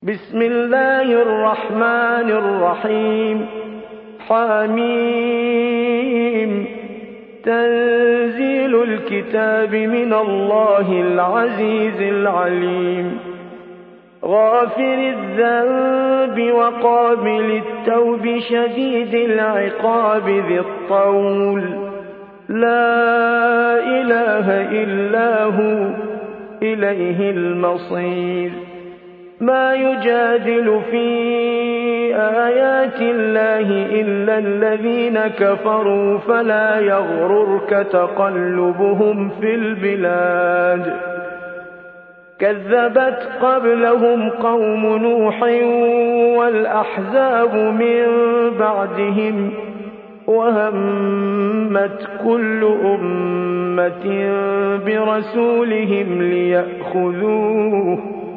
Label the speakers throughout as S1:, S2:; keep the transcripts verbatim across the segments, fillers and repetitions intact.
S1: بسم الله الرحمن الرحيم حميم تنزيل الكتاب من الله العزيز العليم غافر الذنب وقابل التوب شديد العقاب ذي الطول لا إله إلا هو إليه المصير ما يجادل في آيات الله إلا الذين كفروا فلا يغررك تقلبهم في البلاد كذبت قبلهم قوم نوح والأحزاب من بعدهم وهمت كل أمة برسولهم ليأخذوه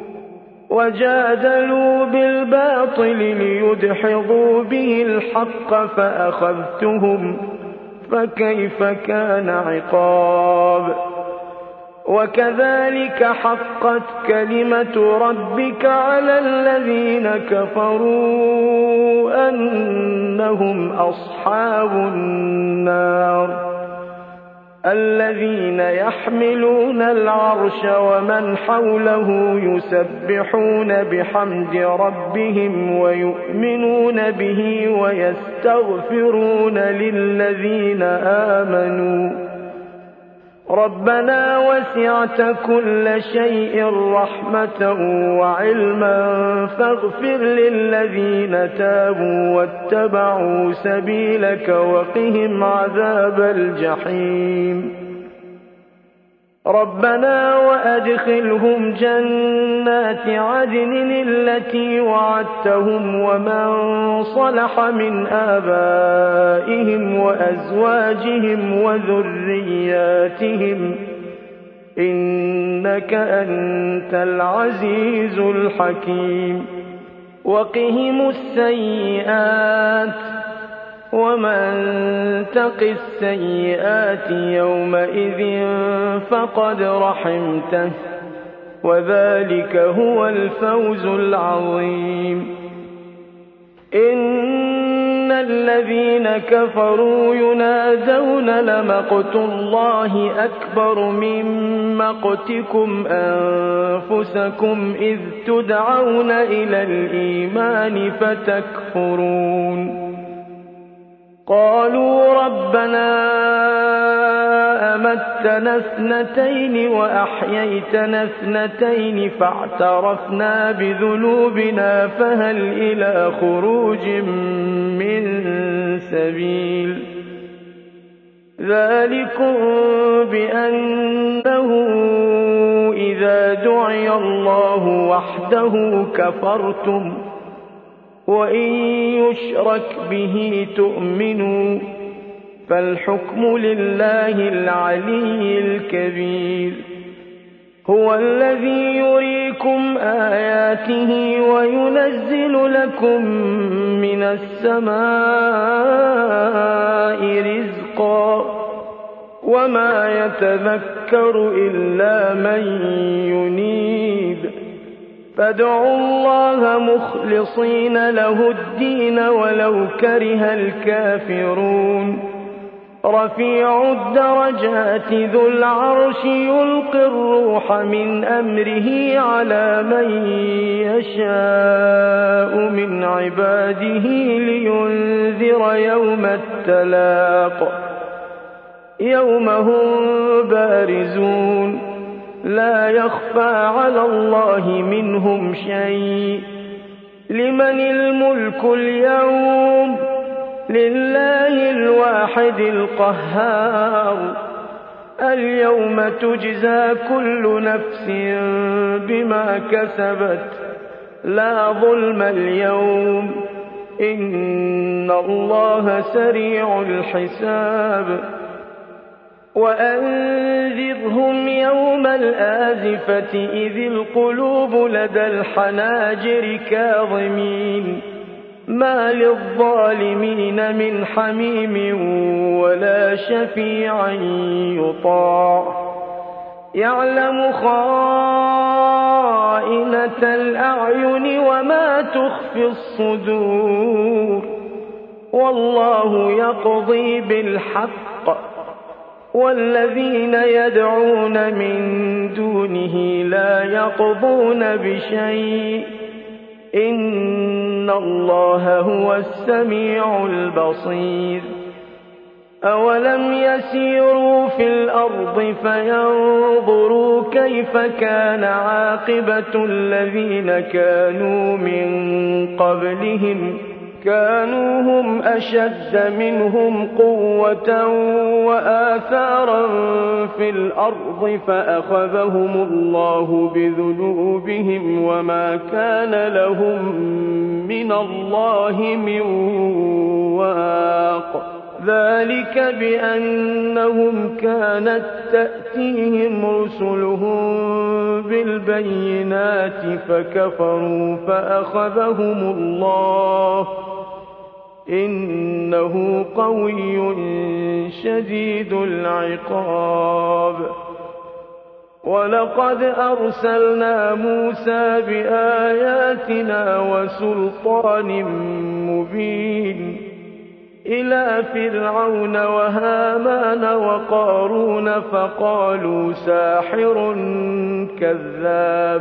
S1: وجادلوا بالباطل ليدحضوا به الحق فأخذتهم فكيف كان عقاب وكذلك حقت كلمة ربك على الذين كفروا أنهم أصحاب النار الذين يحملون العرش ومن حوله يسبحون بحمد ربهم ويؤمنون به ويستغفرون للذين آمنوا ربنا وسعت كل شيء رحمة وعلما فاغفر للذين تابوا واتبعوا سبيلك وقهم عذاب الجحيم ربنا وأدخلهم جنات عدن التي وعدتهم ومن صلح من آبائهم وأزواجهم وذرياتهم إنك أنت العزيز الحكيم وقهم السيئات ومن تق السيئات يومئذ فقد رحمته وذلك هو الفوز العظيم إن الذين كفروا ينادون لمقت الله أكبر من مقتكم أنفسكم إذ تدعون إلى الإيمان فتكفرون قالوا ربنا أمتنا اثنتين وأحييتنا اثنتين فاعترفنا بذنوبنا فهل إلى خروج من سبيل ذلكم بأنه إذا دعي الله وحده كفرتم وإن يشرك به تؤمنوا فالحكم لله العلي الكبير هو الذي يريكم آياته وينزل لكم من السماء رزقا وما يتذكر إلا من ينيب فادعوا الله مخلصين له الدين ولو كره الكافرون رفيع الدرجات ذو العرش يلقي الروح من أمره على من يشاء من عباده لينذر يوم التلاق يوم هم بارزون لا يخفى على الله منهم شيء لمن الملك اليوم لله الواحد القهار اليوم تجزى كل نفس بما كسبت لا ظلم اليوم إن الله سريع الحساب وأنذرهم يوم الآزفة إذ القلوب لدى الحناجر كاظمين ما للظالمين من حميم ولا شفيع يطاع يعلم خائنة الأعين وما تخفي الصدور والله يقضي بالحق والذين يدعون من دونه لا يقضون بشيء إن الله هو السميع البصير أولم يسيروا في الأرض فينظروا كيف كان عاقبة الذين كانوا من قبلهم كانوا هم أشد منهم قوة وآثارا في الأرض فأخذهم الله بذنوبهم وما كان لهم من الله من واق ذلك بأنهم كانت تأتيهم رسلهم بالبينات فكفروا فأخذهم الله إنه قوي شديد العقاب ولقد أرسلنا موسى بآياتنا وسلطان مبين إلى فرعون وهامان وقارون فقالوا ساحر كذاب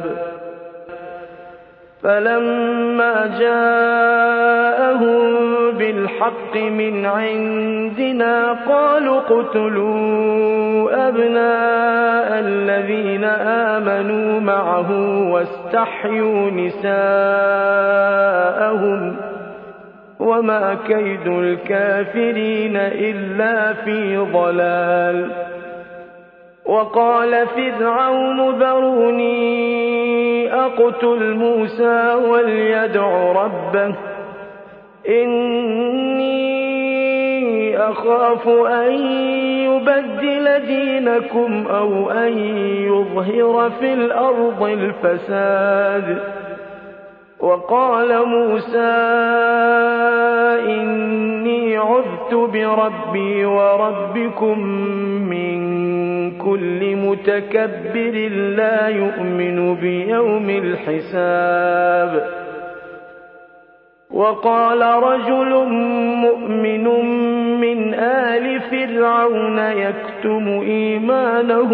S1: فلما جاءهم بالحق من عندنا قالوا اقتلوا أبناء الذين آمنوا معه واستحيوا نساءهم وما كيد الكافرين إلا في ضلال وقال فرعون ذروني أقتل موسى وليدع ربه إني أخاف أن يبدل دينكم أو أن يظهر في الأرض الفساد وقال موسى إني عذت بربي وربكم من كل متكبر لا يؤمن بيوم الحساب وقال رجل مؤمن من آل فرعون يكتم إيمانه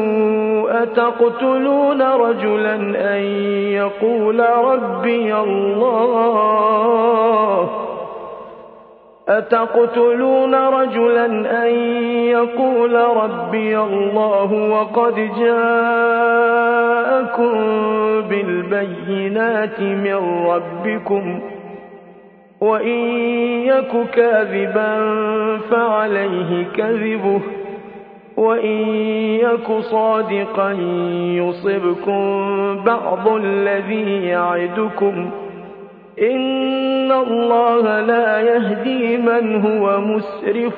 S1: أتقتلون رجلا أن يقول ربي الله أتقتلون رجلا أن يقول ربي الله وقد جاءكم بالبينات من ربكم وإن يك كاذبا فعليه كذبه وإن يك صادقا يصبكم بعض الذي يعدكم إن الله لا يهدي من هو مسرف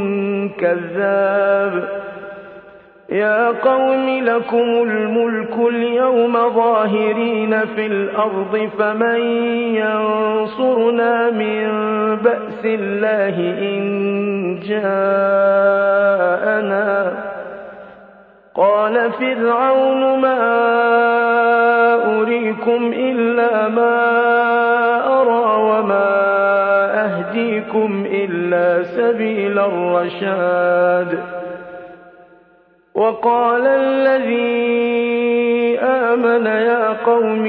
S1: كذاب يا قوم لكم الملك اليوم ظاهرين في الأرض فمن ينصرنا من بأس الله إن جاءنا قال فرعون ما أريكم إلا ما أرى وما أهديكم إلا سبيل الرشاد وقال الذي آمن يا قوم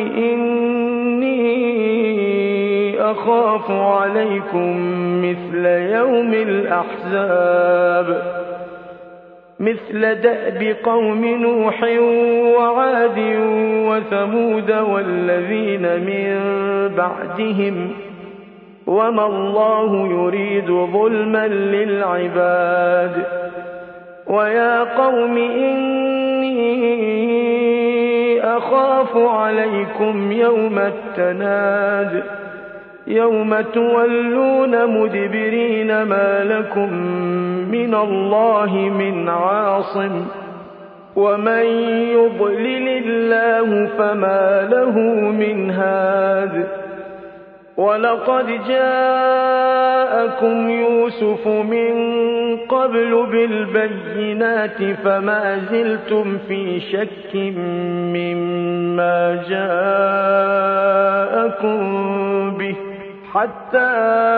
S1: إني أخاف عليكم مثل يوم الأحزاب مثل دأب قوم نوح وعاد وثمود والذين من بعدهم وما الله يريد ظلما للعباد ويا قوم إني أخاف عليكم يوم التناد يوم تولون مدبرين ما لكم من الله من عاصم ومن يضلل الله فما له من هاد وَلَقَدْ جَاءَكُمْ يُوسُفُ مِن قَبْلُ بِالْبَيِّنَاتِ فَمَا زِلْتُمْ فِي شَكٍّ مِّمَّا جَاءَكُم بِهِ حَتَّىٰ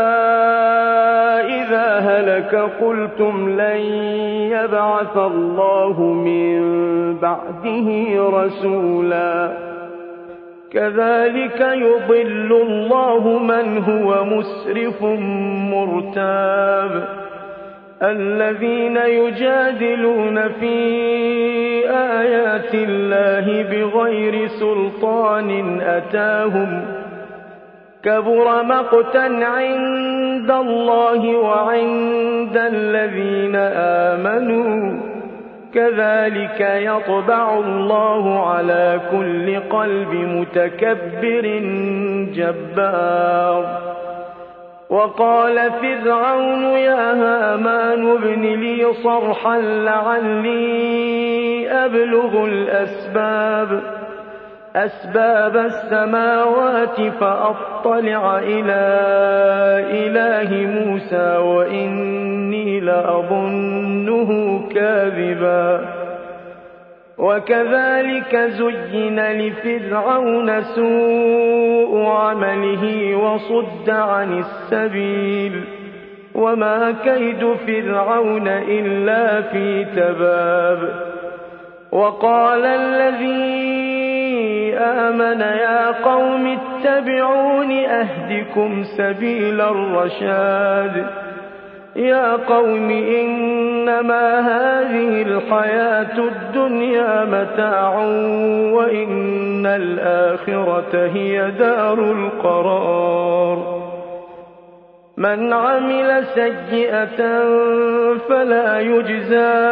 S1: إِذَا هَلَكَ قُلْتُمْ لَن يَبْعَثَ اللَّهُ مِن بَعْدِهِ رَسُولًا كَذَٰلِكَ يُضِلُّ اللَّهُ مَنْ هُوَ مُسْرِفٌ مُّرْتَابٌ الَّذِينَ يُجَادِلُونَ فِي آيَاتِ اللَّهِ بِغَيْرِ سُلْطَانٍ أَتَاهُمْ كَبُرَ مَقْتًا عِندَ اللَّهِ وَعِندَ الَّذِينَ آمَنُوا كَذَٰلِكَ يَطْبَعُ اللَّهُ عَلَىٰ كُلِّ قَلْبِ مُتَكَبِّرٍ جَبَّارٍ وَقَالَ فِرْعَوْنُ يَا هَامَانُ ابْنِ لِي صَرْحًا لَّعَلِّي أَبْلُغُ الْأَسْبَابَ أَسْبَابَ السَّمَاوَاتِ فَأَطَّلِعَ إِلَىٰ إِلَٰهِ مُوسَىٰ وَإِنِّي لَأَظُنُّهُ كَاذِبًا وَكَذَٰلِكَ زُيِّنَ لِفِرْعَوْنَ سُوءُ عَمَلِهِ وَصُدَّ عَنِ السَّبِيلِ وَمَا كَيْدُ فِرْعَوْنَ إِلَّا فِي تَبَابٍ وَقَالَ الَّذِي آمَنَ يَا قَوْمِ اتَّبِعُونِ أَهْدِكُمْ سَبِيلَ الرَّشَادِ يَا قَوْمِ إِنَّمَا هَٰذِهِ الْحَيَاةُ الدُّنْيَا مَتَاعٌ وَإِنَّ الْآخِرَةَ هِيَ دَارُ الْقَرَارِ مَنْ عَمِلَ سَيِّئَةً فَلَا يُجْزَىٰ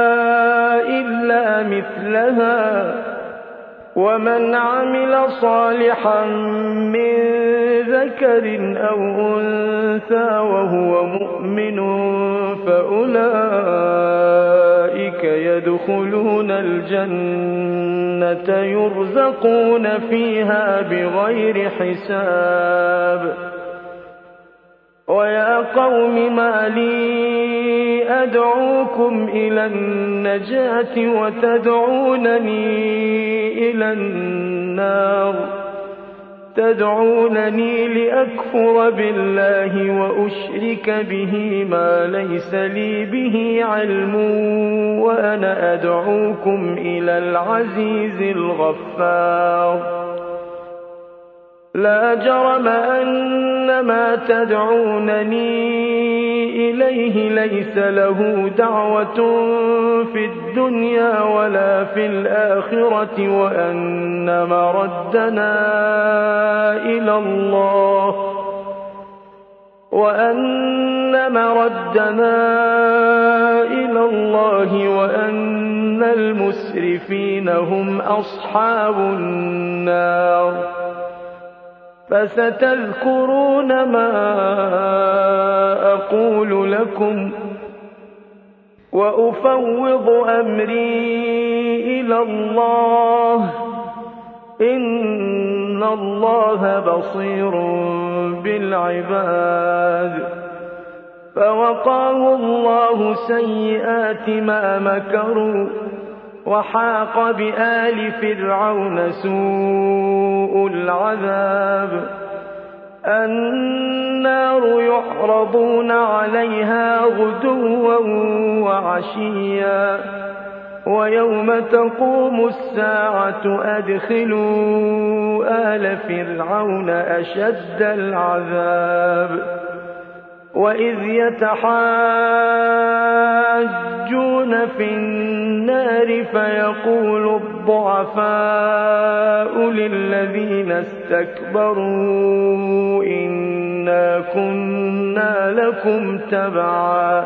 S1: إِلَّا مِثْلَهَا وَمَنْ عَمِلَ صَالِحًا مِّن ذَكَرٍ أَوْ أُنثَىٰ وَهُوَ مُؤْمِنٌ فَأُولَٰئِكَ يَدْخُلُونَ الْجَنَّةَ يُرْزَقُونَ فِيهَا بِغَيْرِ حِسَابٍ وَيَا قَوْمِ مَا لِي أَدْعُوكُمْ إِلَى النَّجَاةِ وَتَدْعُونَنِي إِلَى النَّارِ تَدْعُونَنِي لِأَكْفُرَ بِاللَّهِ وَأُشْرِكَ بِهِ مَا لَيْسَ لِي بِهِ عِلْمٌ وَأَنَا أَدْعُوكُمْ إِلَى الْعَزِيزِ الْغَفَّارِ لَا جَرَمَ أَنَّ مَا تَدْعُونَنِي إِلَيْهِ لَيْسَ لَهُ دَعْوَةٌ فِي الدُّنْيَا وَلَا فِي الْآخِرَةِ وَأَنَّ مَرَدَّنَا إِلَى اللَّهِ وَأَنَّ مَرَدَّنَا إِلَى اللَّهِ وَأَنَّ الْمُسْرِفِينَ هُمْ أَصْحَابُ النَّارِ فَسَتَذْكُرُونَ مَا أَقُولُ لَكُمْ وَأُفَوِّضُ أَمْرِي إِلَى اللَّهِ ۚ إِنَّ اللَّهَ بَصِيرٌ بِالْعِبَادِ فَوَقَاهُ اللَّهُ سَيِّئَاتِ مَا مَكَرُوا وَحَاقَ بِآلِ فِرْعَوْنَ سُوءُ الْعَذَابِ النَّارُ يُعْرَضُونَ عَلَيْهَا غُدُوًّا وَعَشِيًّا وَيَوْمَ تَقُومُ السَّاعَةُ أَدْخِلُوا آلَ فِرْعَوْنَ أَشَدَّ الْعَذَابِ وَإِذْ يَتَحَاجُّونَ فِي النَّارِ فَيَقُولُ الضُّعَفَاءُ لِلَّذِينَ اسْتَكْبَرُوا إِنَّا كُنَّا لَكُمْ تَبَعًا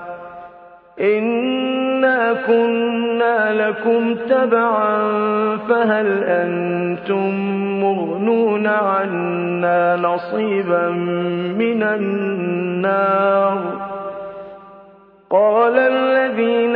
S1: إِنَّا كُنَّا لَكُمْ تَبَعًا فَهَلْ أَنتُم مُّغْنُونَ عَنَّا نَصِيبًا مِّنَ النَّارِ قَالَ الَّذِينَ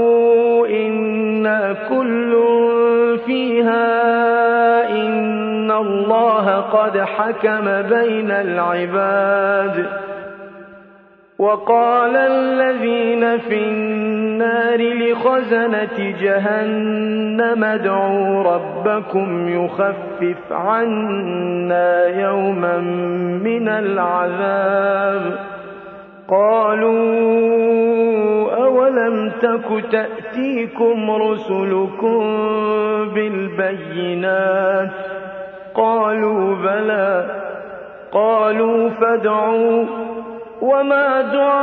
S1: اسْتَكْبَرُوا إِنَّا كُلٌّ فِيهَا إِنَّ اللَّهَ قَدْ حَكَمَ بَيْنَ الْعِبَادِ وَقَالَ الَّذِينَ فِي النَّارِ لِخَزَنَةِ جَهَنَّمَ ادْعُوا رَبَّكُمْ يُخَفِّفْ عَنَّا يَوْمًا مِّنَ الْعَذَابِ قَالُوا أَوَلَمْ تَكُ تَأْتِيكُمْ رُسُلُكُم بِالْبَيِّنَاتِ قَالُوا بَلَىٰ قَالُوا فَادْعُوا وَمَا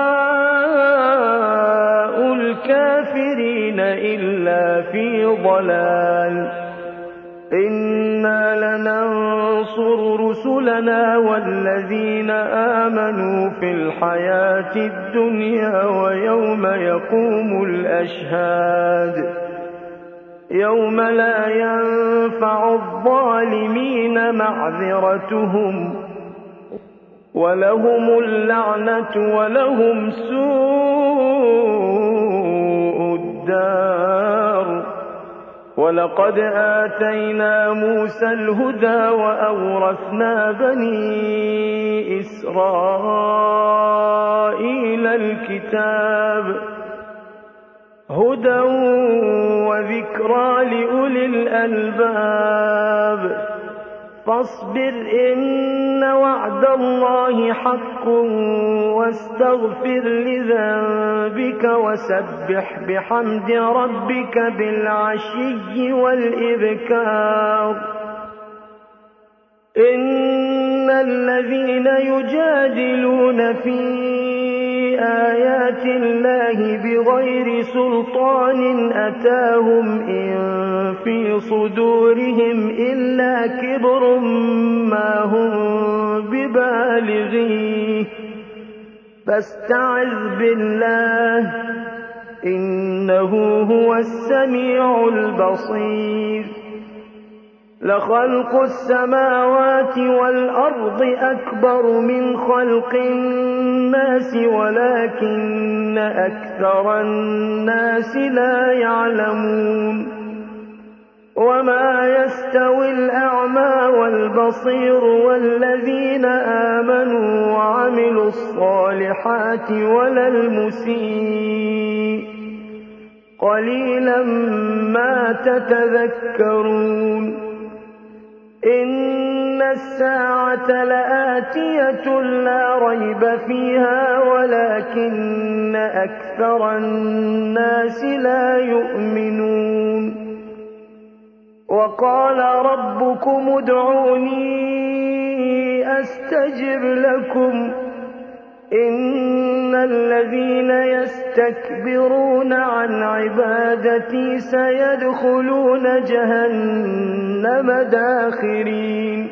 S1: دُعَاءُ الْكَافِرِينَ إِلَّا فِي ضَلَالٍ إِنَّا لَنَنصُرُ رُسُلَنَا وَالَّذِينَ آمَنُوا فِي الْحَيَاةِ الدُّنْيَا وَيَوْمَ يَقُومُ الْأَشْهَادُ يَوْمَ لا يَنفَعُ الظَّالِمِينَ مَعْذِرَتُهُمْ وَلَهُمُ اللَّعْنَةُ وَلَهُمْ سُوءُ الدَّارِ وَلَقَدْ آتَيْنَا مُوسَى الْهُدَىٰ وَأَوْرَثْنَا بَنِي إِسْرَائِيلَ الْكِتَابَ هُدًى وَذِكْرَىٰ لِأُولِي الْأَلْبَابِ فاصبر إن وعد الله حق واستغفر لذنبك وسبح بحمد ربك بالعشي والإبكار إن الذين يجادلون في آيات الله بغير سلطان أتاهم إن في صدورهم إلا كبر ما هم ببالغيه فاستعذ بالله إنه هو السميع البصير لخلق السماوات والأرض أكبر من خلق الناس ولكن أكثر الناس لا يعلمون وما يستوي الأعمى والبصير والذين آمنوا وعملوا الصالحات ولا المسيء قليلا ما تتذكرون إن الساعة لآتية لا ريب فيها ولكن أكثر الناس لا يؤمنون وقال ربكم ادعوني أستجب لكم إن الذين يستكبرون عن عبادتي سيدخلون جهنم داخرين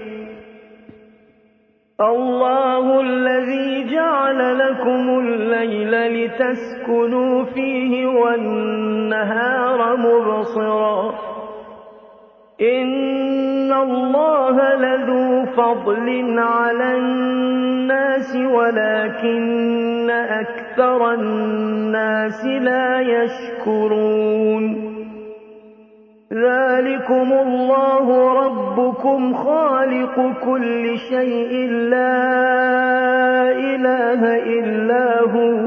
S1: الله الذي جعل لكم الليل لتسكنوا فيه والنهار مبصرا إن الله لذو فضل على الناس ولكن أكثر الناس لا يشكرون ذلكم الله ربكم خالق كل شيء لا إله إلا هو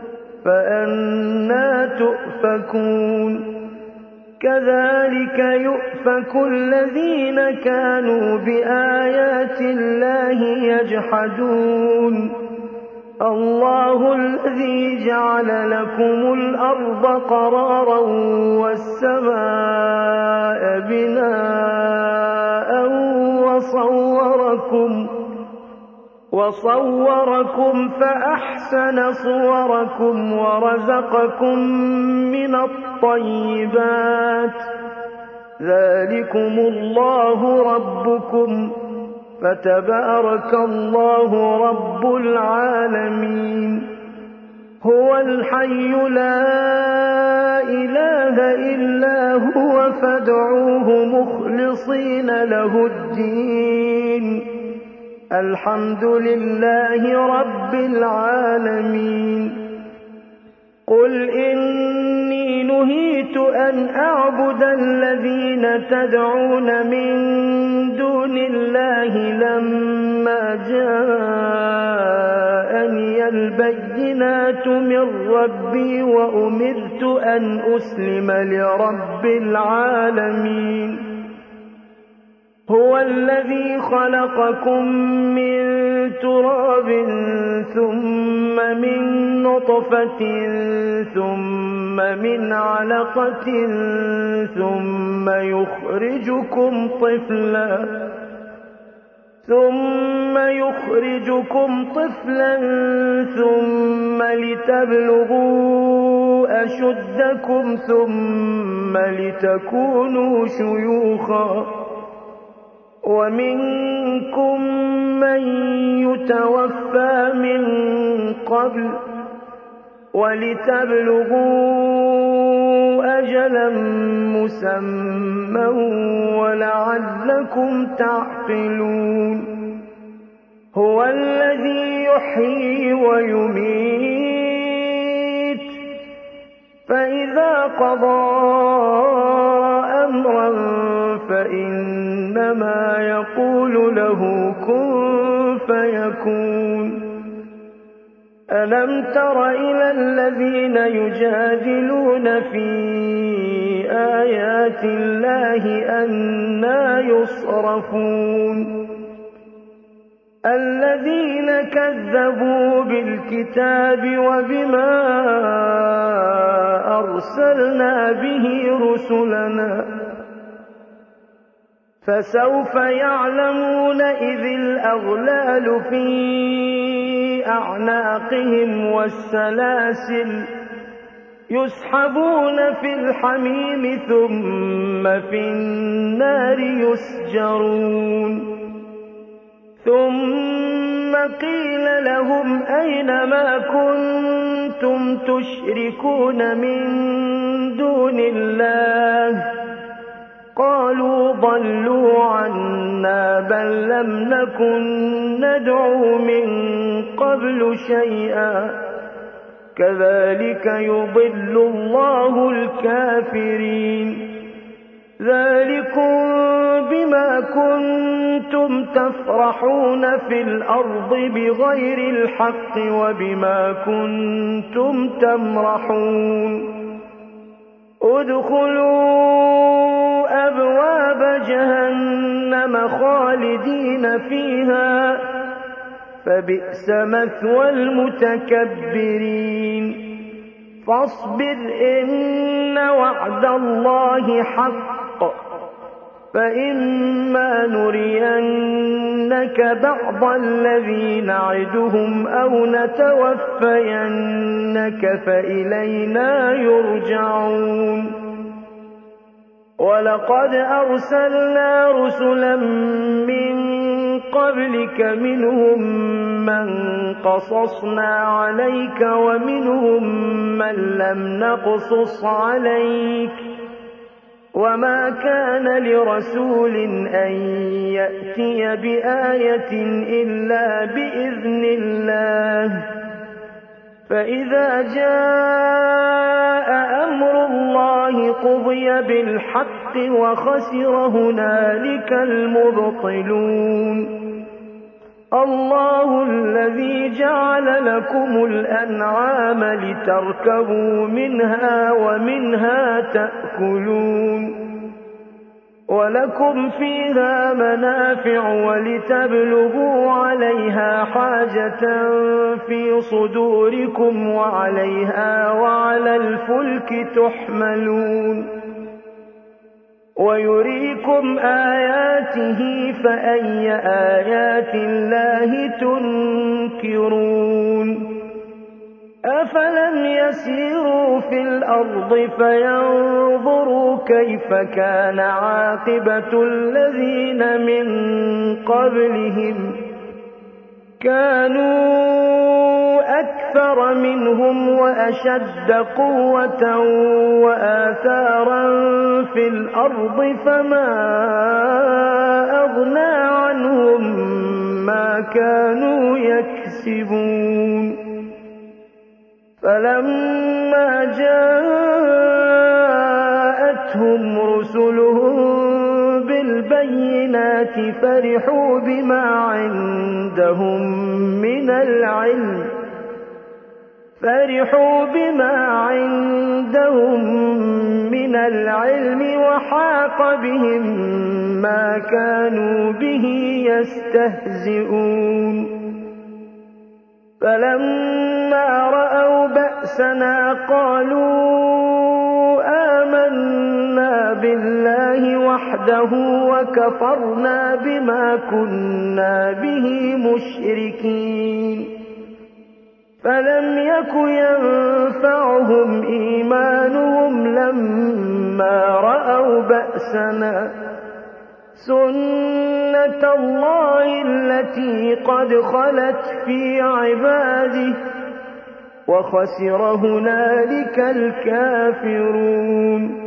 S1: فأنى تؤفكون كذلك يؤفك الذين كانوا بآيات الله يجحدون الله الذي جعل لكم الأرض قرارا والسماء بناء وصوركم وصوركم فأحسن صوركم ورزقكم من الطيبات ذلكم الله ربكم فتبارك الله رب العالمين هو الحي لا إله إلا هو فادعوه مخلصين له الدين الحمد لله رب العالمين قل إني نهيت أن أعبد الذين تدعون من دون الله لما جاءني البينات من ربي وأمرت أن أسلم لرب العالمين هو الذي خلقكم من تراب ثم من نطفة ثم من علقة ثم يخرجكم طفلا ثم يخرجكم طفلا ثم لتبلغوا أشدكم ثم لتكونوا شيوخا ومنكم من يتوفى من قبل ولتبلغوا أجلا مسمى ولعلكم تعقلون هو الذي يحيي ويميت فإذا قضى أمرا فإنما يقول له كن فيكون ألم تر إلى الذين يجادلون في آيات الله أنى يصرفون الذين كذبوا بالكتاب وبما أرسلنا به رسلنا فسوف يعلمون إذ الأغلال في أعناقهم والسلاسل يسحبون في الحميم ثم في النار يسجرون ثم قيل لهم أين ما كنتم تشركون من دون الله قالوا ضلوا عنا بل لم نكن ندعو من قبل شيئا كذلك يضل الله الكافرين ذلكم بما كنتم تفرحون في الأرض بغير الحق وبما كنتم تمرحون ادخلوا أبواب جهنم خالدين فيها فبئس مثوى المتكبرين فاصبر إن وعد الله حق فإما نرينك بعض الذي نعدهم أو نتوفينك فإلينا يرجعون ولقد أرسلنا رسلا من قبلك منهم من قصصنا عليك ومنهم من لم نقصص عليك وما كان لرسول أن يأتي بآية إلا بإذن الله فإذا جاء أمر الله قضي بالحق وخسر هنالك المبطلون الله الذي جعل لكم الأنعام لتركبوا منها ومنها تأكلون ولكم فيها منافع ولتبلغوا عليها حاجة في صدوركم وعليها وعلى الفلك تحملون ويريكم آياته فأي آيات الله تنكرون أفلم يسيروا في الأرض فينظروا كيف كان عاقبة الذين من قبلهم كانوا أكثر منهم وأشد قوة وآثارا في الأرض فما أغنى عنهم ما كانوا يكسبون فلما جاءتهم رسلهم بالبينات السيئات فرحوا بما عندهم من العلم فرحوا بما عندهم من العلم وحاق بهم ما كانوا به يستهزئون فلما رأوا بأسنا قالوا آمنا بالله وحده وكفرنا بما كنا به مشركين فلم يك ينفعهم إيمانهم لما رأوا بأسنا سنة الله التي قد خلت في عباده وخسر هنالك الكافرون